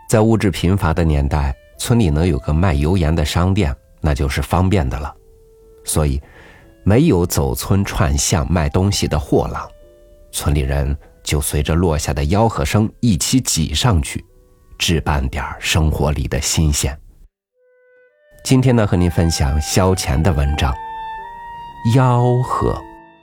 在物质贫乏的年代，村里能有个卖油盐的商店，那就是方便的了。所以没有走村串巷卖东西的货郎，村里人就随着落下的吆喝声一起挤上去，置办点生活里的新鲜。今天呢，和您分享萧乾的文章《吆喝》。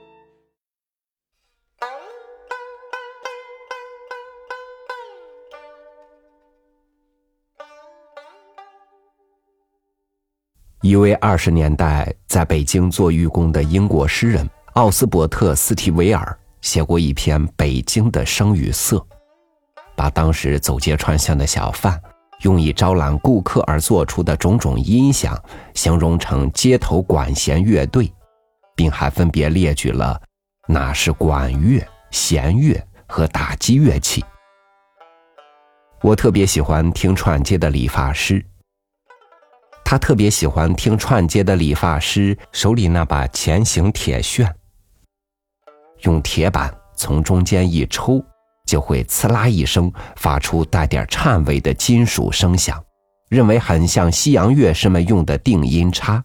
一位20年代在北京做寓工的英国诗人奥斯伯特·斯提维尔写过一篇《北京的声与色》，把当时走街串巷的小贩用以招揽顾客而做出的种种音响形容成街头管弦乐队，并还分别列举了哪是管乐、弦乐和打击乐器。我特别喜欢听串街的理发师，他特别喜欢听串街的理发师手里那把钳形铁旋，用铁板从中间一抽，就会呲啦一声发出带点颤味的金属声响，认为很像西洋乐师们用的定音叉。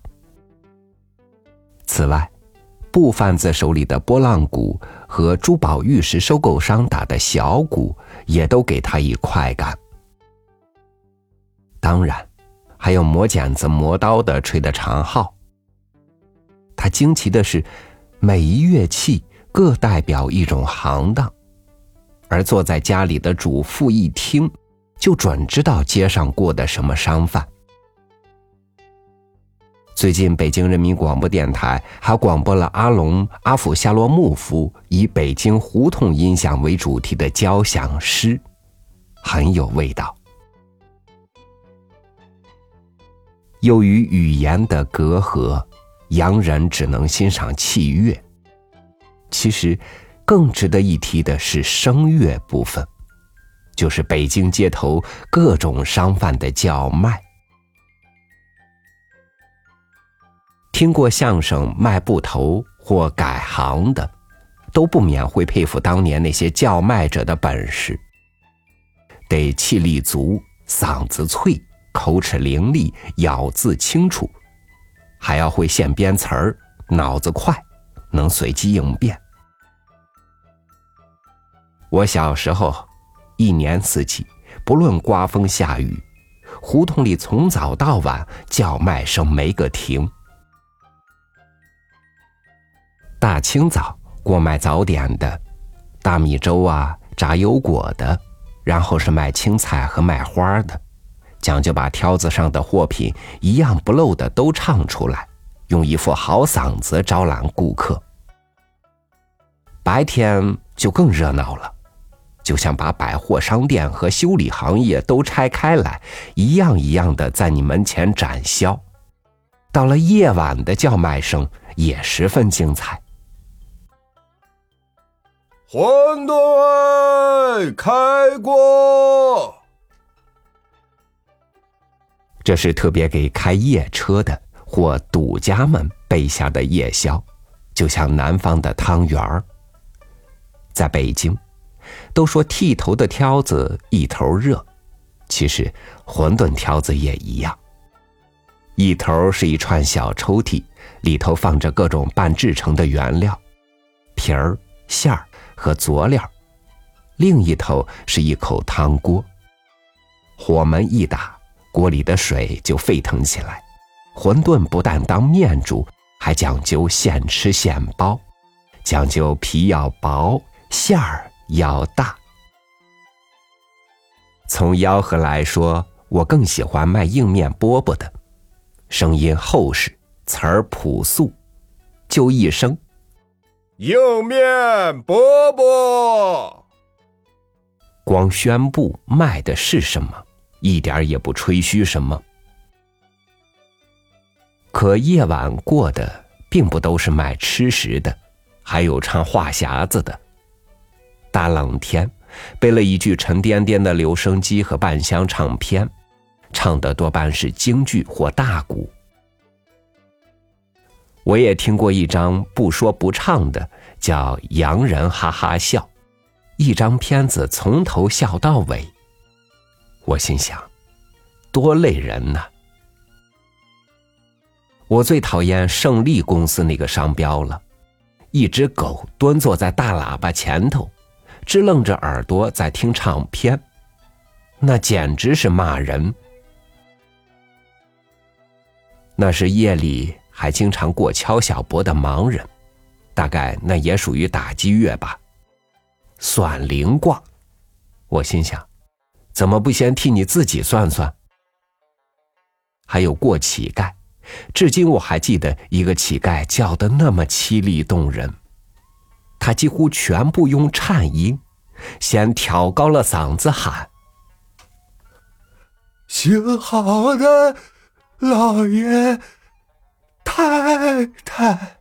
此外，布贩子手里的拨浪鼓和珠宝玉石收购商打的小鼓也都给他以快感。当然还有磨剪子磨刀的吹的长号。他惊奇的是，每一乐器各代表一种行当，而坐在家里的主妇一听，就准知道街上过的什么商贩。最近北京人民广播电台还广播了阿龙·阿甫夏洛穆夫以北京胡同音响为主题的交响诗，很有味道。由于语言的隔阂，洋人只能欣赏器乐。其实更值得一提的是声乐部分，就是北京街头各种商贩的叫卖。听过相声卖布头或改行的，都不免会佩服当年那些叫卖者的本事，得气力足，嗓子脆，口齿伶俐，咬字清楚，还要会现编词儿，脑子快，能随机应变。我小时候一年四季，不论刮风下雨，胡同里从早到晚叫卖声没个停。大清早过卖早点的，大米粥啊，炸油果的，然后是卖青菜和卖花的，讲究把挑子上的货品一样不漏的都唱出来，用一副好嗓子招揽顾客。白天就更热闹了，就像把百货商店和修理行业都拆开来，一样一样的在你门前展销。到了夜晚的叫卖声也十分精彩。 馄饨开锅， 这是特别给开夜车的或赌家们备下的夜宵，就像南方的汤圆儿。在北京都说剃头的挑子一头热，其实馄饨挑子也一样。一头是一串小抽屉，里头放着各种半制成的原料，皮儿、馅儿和佐料，另一头是一口汤锅。火门一打，锅里的水就沸腾起来。馄饨不但当面煮，还讲究现吃现包，讲究皮要薄，馅儿要大。从吆喝来说，我更喜欢卖硬面饽饽的，声音厚实，词儿朴素，就一声硬面饽饽， 光宣布卖的是什么，一点也不吹嘘什么。可夜晚过的并不都是卖吃食的，还有唱话匣子的。大冷天背了一具沉甸甸的留声机和半箱唱片，唱的多半是京剧或大鼓。我也听过一张不说不唱的，叫《洋人哈哈笑》，一张片子从头笑到尾。 我心想，多累人呐！我最讨厌胜利公司那个商标了，一只狗蹲坐在大喇叭前头，支棱着耳朵在听唱片，那简直是骂人。那是夜里还经常过敲小钹的盲人，大概那也属于打击乐吧。算灵卦，我心想，怎么不先替你自己算算？还有过乞丐，至今我还记得一个乞丐叫得那么凄厉动人，他几乎全部用颤音，先挑高了嗓子喊： 姓郝的老爷太太。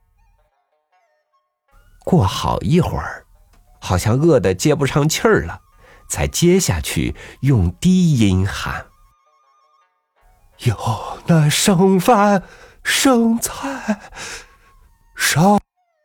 过好一会儿，好像饿得接不上气儿了，才接下去用低音喊： 有那剩饭剩菜烧。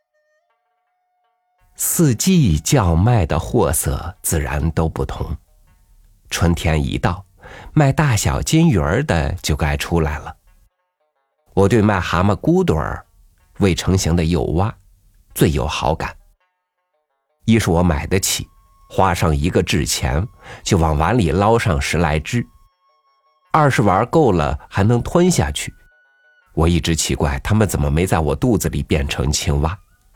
四季叫卖的货色自然都不同，春天一到，卖大小金鱼儿的就该出来了。我对卖蛤蟆骨朵儿、未成型的幼蛙最有好感。一是我买得起，花上1个制钱就往碗里捞上10来只；二是玩够了还能吞下去。我一直奇怪他们怎么没在我肚子里变成青蛙。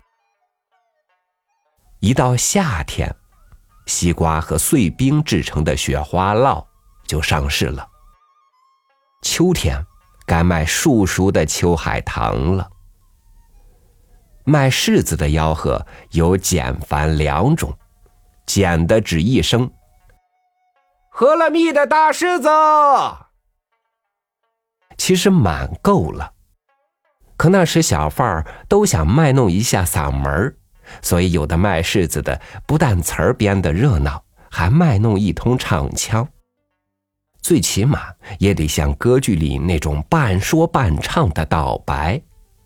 一到夏天，西瓜和碎冰制成的雪花酪就上市了。秋天该卖树熟的秋海棠了。卖柿子的吆喝有简繁2种，简的只一声：喝了蜜的大柿子。其实满够了，可那时小贩儿都想卖弄一下嗓门，所以有的卖柿子的不但词儿编得热闹，还卖弄一通唱腔，最起码也得像歌剧里那种半说半唱的道白。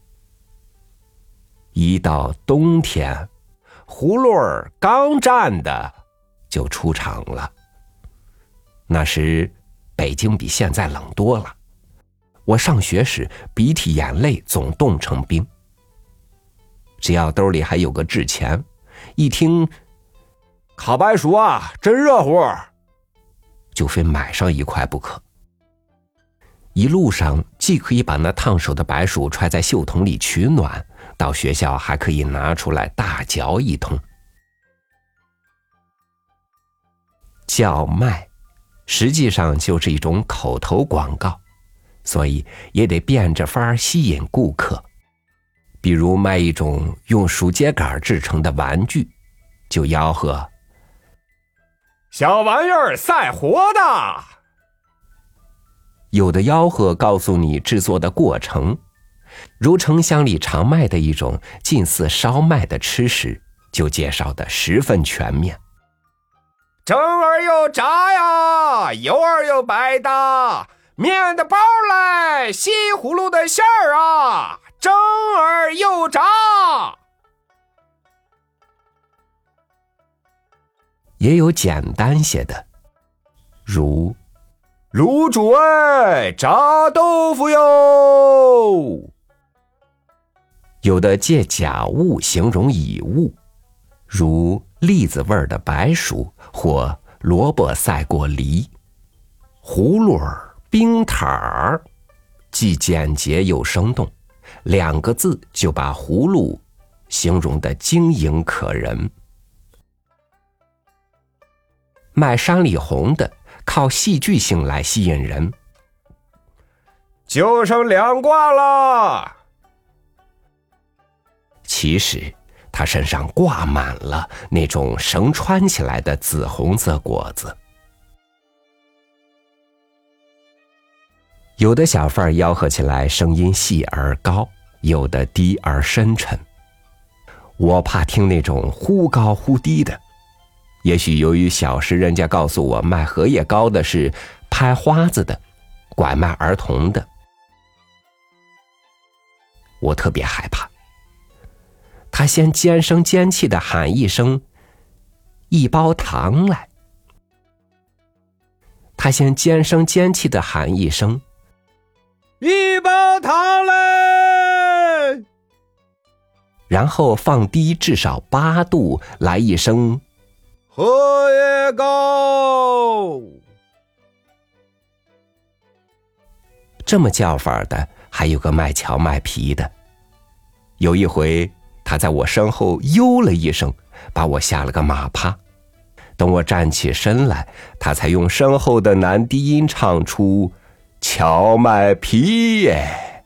一到冬天，葫芦儿刚站的就出场了。那时北京比现在冷多了，我上学时鼻涕眼泪总冻成冰。只要兜里还有个制钱，一听烤白薯啊，真热乎， 就非买上1块不可。一路上既可以把那烫手的白薯揣在袖筒里取暖，到学校还可以拿出来大嚼一通。叫卖实际上就是一种口头广告，所以也得变着法儿吸引顾客。比如卖一种用树秸秆制成的玩具，就吆喝： 小玩意儿赛活的。 有的吆喝告诉你制作的过程，如城乡里常卖的一种近似烧麦的吃食，就介绍得十分全面。 蒸儿又炸呀，油儿又白的，面的包来，西葫芦的馅儿啊，蒸儿又炸。 也有简单些的，如卤煮哎，炸豆腐哟。 有的借假物形容以物，如栗子味儿的白薯或萝卜赛过梨。葫芦儿、冰塔儿，既简洁又生动，2个字就把葫芦形容得晶莹可人。卖山里红的靠戏剧性来吸引人， 就剩2挂了。 其实他身上挂满了那种绳穿起来的紫红色果子。有的小贩吆喝起来声音细而高，有的低而深沉。我怕听那种忽高忽低的，也许由于小时人家告诉我卖荷叶糕的是拍花子的，拐卖儿童的，我特别害怕。他先尖声尖气地喊一声：1包糖来。 他先尖声尖气地喊一声：“ 一包糖嘞！” 然后放低至少8度，来一声：“ 荷叶糕。” 这么叫法的还有个卖荞麦皮的。有一回他在我身后呦了一声，把我吓了个马趴。等我站起身来，他才用深厚的男低音唱出荞麦皮耶。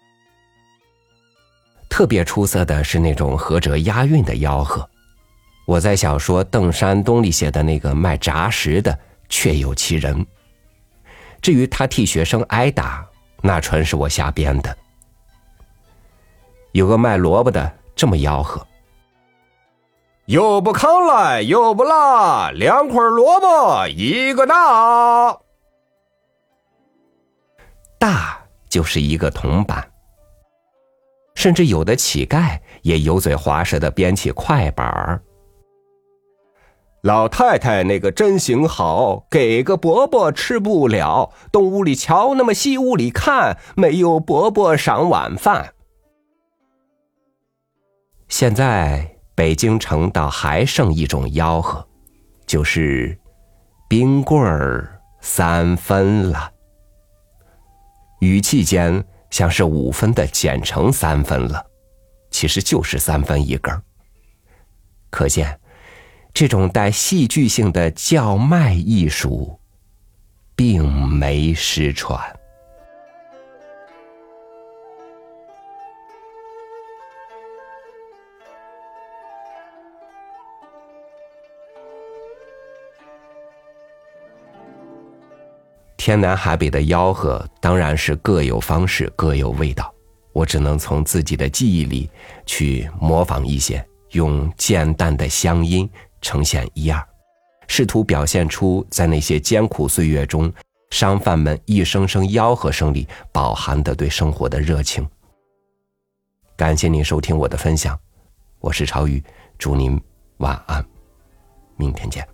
特别出色的是那种合辙押韵的吆喝。我在小说《邓山东》里写的那个卖炸食的确有其人。至于他替学生挨打，那纯是我瞎编的。有个卖萝卜的这么吆喝：“ 又不糠来又不辣，2块萝卜一个大。” 大就是一个铜板。甚至有的乞丐也油嘴滑舌地编起快板儿：“ 老太太那个真行好，给个伯伯吃不了，东屋里瞧，那么西屋里看，没有伯伯赏晚饭。” 现在北京城倒还剩一种吆喝，就是冰棍儿3分了。语气间像是5分的减成3分了，其实就是3分一根。可见这种带戏剧性的叫卖艺术并没失传。天南海北的吆喝当然是各有方式各有味道，我只能从自己的记忆里去模仿一些，用渐淡的乡音呈现一二，试图表现出在那些艰苦岁月中商贩们一声声吆喝声里饱含的对生活的热情。感谢您收听我的分享，我是超宇，祝您晚安，明天见。